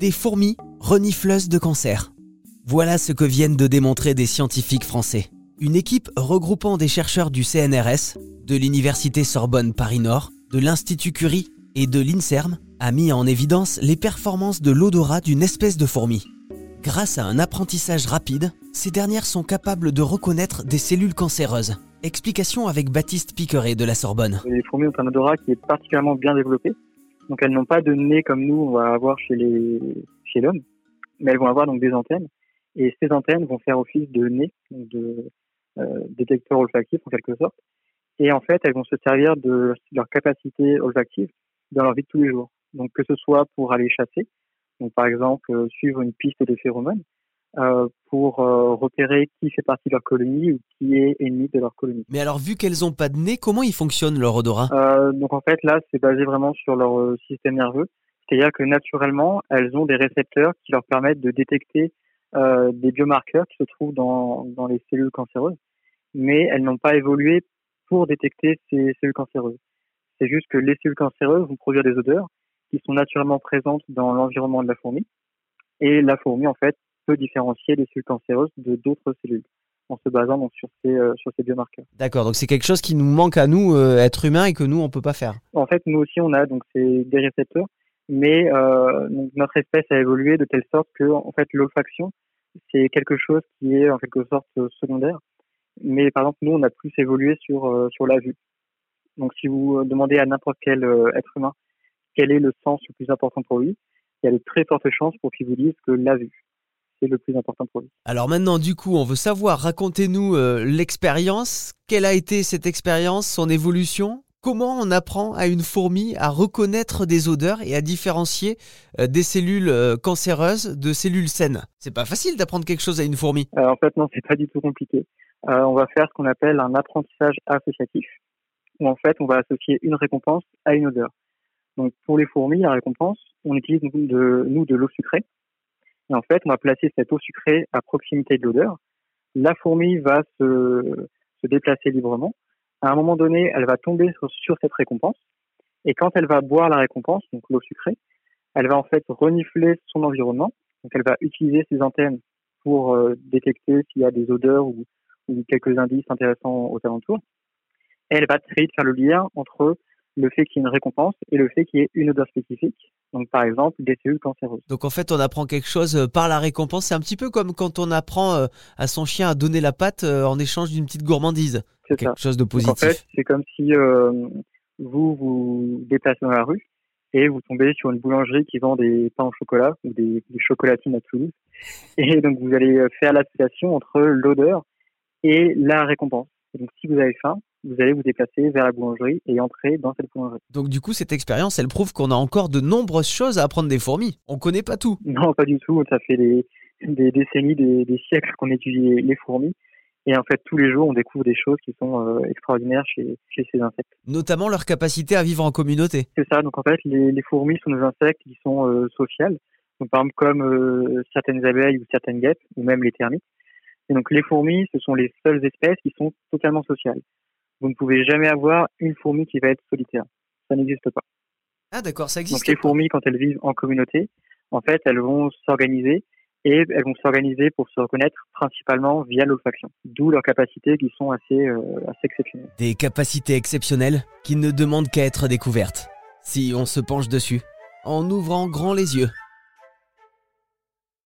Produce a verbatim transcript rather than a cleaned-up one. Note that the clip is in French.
Des fourmis renifleuses de cancer. Voilà ce que viennent de démontrer des scientifiques français. Une équipe regroupant des chercheurs du C N R S, de l'Université Sorbonne Paris-Nord, de l'Institut Curie et de l'INSERM a mis en évidence les performances de l'odorat d'une espèce de fourmi. Grâce à un apprentissage rapide, ces dernières sont capables de reconnaître des cellules cancéreuses. Explication avec Baptiste Piqueret de la Sorbonne. Les fourmis ont un odorat qui est particulièrement bien développé. Donc elles n'ont pas de nez comme nous, on va avoir chez, les... chez l'homme, mais elles vont avoir donc des antennes. Et ces antennes vont faire office de nez, donc de euh, détecteur olfactif en quelque sorte. Et en fait, elles vont se servir de leur capacité olfactive dans leur vie de tous les jours. Donc que ce soit pour aller chasser, donc par exemple euh, suivre une piste de phéromones, euh, pour euh, repérer qui fait partie de leur colonie ou qui est ennemi de leur colonie. Mais alors vu qu'elles n'ont pas de nez, comment il fonctionne leur odorat ? euh, Donc en fait là, c'est basé vraiment sur leur euh, système nerveux. C'est-à-dire que naturellement, elles ont des récepteurs qui leur permettent de détecter euh, des biomarqueurs qui se trouvent dans, dans les cellules cancéreuses, mais elles n'ont pas évolué pour détecter ces cellules cancéreuses. C'est juste que les cellules cancéreuses vont produire des odeurs qui sont naturellement présentes dans l'environnement de la fourmi, et la fourmi en fait peut différencier les cellules cancéreuses de d'autres cellules en se basant donc sur ces euh, sur ces biomarqueurs. D'accord, donc c'est quelque chose qui nous manque à nous, euh, êtres humains, et que nous on peut pas faire. En fait, nous aussi on a donc ces des récepteurs, mais euh, donc notre espèce a évolué de telle sorte que en fait l'olfaction c'est quelque chose qui est en quelque sorte secondaire. Mais par exemple nous on a plus évolué sur euh, sur la vue. Donc si vous demandez à n'importe quel euh, être humain quel est le sens le plus important pour lui, il y a de très fortes chances pour qu'il vous dise que la vue c'est le plus important pour lui. Alors maintenant, du coup, on veut savoir, racontez-nous euh, l'expérience. Quelle a été cette expérience, son évolution ? Comment on apprend à une fourmi à reconnaître des odeurs et à différencier euh, des cellules euh, cancéreuses de cellules saines ? C'est pas facile d'apprendre quelque chose à une fourmi. Euh, en fait, non, c'est pas du tout compliqué. Euh, on va faire ce qu'on appelle un apprentissage associatif, où en fait, on va associer une récompense à une odeur. Donc, pour les fourmis, la récompense, on utilise nous de, nous, de l'eau sucrée. Et en fait, on va placer cette eau sucrée à proximité de l'odeur. La fourmi va se, se déplacer librement. À un moment donné, elle va tomber sur, sur cette récompense. Et quand elle va boire la récompense, donc l'eau sucrée, elle va en fait renifler son environnement. Donc, elle va utiliser ses antennes pour euh, détecter s'il y a des odeurs ou, ou quelques indices intéressants aux alentours. Et elle va très vite faire le lien entre le fait qu'il y ait une récompense et le fait qu'il y ait une odeur spécifique. Donc, par exemple, des cellules cancéreuses. Donc, en fait, on apprend quelque chose par la récompense. C'est un petit peu comme quand on apprend à son chien à donner la patte en échange d'une petite gourmandise. C'est quelque ça. chose de positif. Donc, en fait, c'est comme si euh, vous vous déplacez dans la rue et vous tombez sur une boulangerie qui vend des pains au chocolat ou des, des chocolatines à Toulouse. Et donc, vous allez faire l'association entre l'odeur et la récompense. Et donc, si vous avez faim, vous allez vous déplacer vers la boulangerie et entrer dans cette boulangerie. Donc du coup, cette expérience, elle prouve qu'on a encore de nombreuses choses à apprendre des fourmis. On connaît pas tout. Non, pas du tout. Ça fait des, des décennies, des, des siècles qu'on étudie les fourmis. Et en fait, tous les jours, on découvre des choses qui sont euh, extraordinaires chez, chez ces insectes. Notamment leur capacité à vivre en communauté. C'est ça. Donc en fait, les, les fourmis sont des insectes qui sont euh, sociales. Donc par exemple, comme euh, certaines abeilles ou certaines guêpes, ou même les termites. Et donc les fourmis, ce sont les seules espèces qui sont totalement sociales. Vous ne pouvez jamais avoir une fourmi qui va être solitaire. Ça n'existe pas. Ah d'accord, ça existe. Donc les pas. fourmis, quand elles vivent en communauté, en fait, elles vont s'organiser et elles vont s'organiser pour se reconnaître principalement via l'olfaction. D'où leurs capacités qui sont assez, euh, assez exceptionnelles. Des capacités exceptionnelles qui ne demandent qu'à être découvertes. Si on se penche dessus, en ouvrant grand les yeux.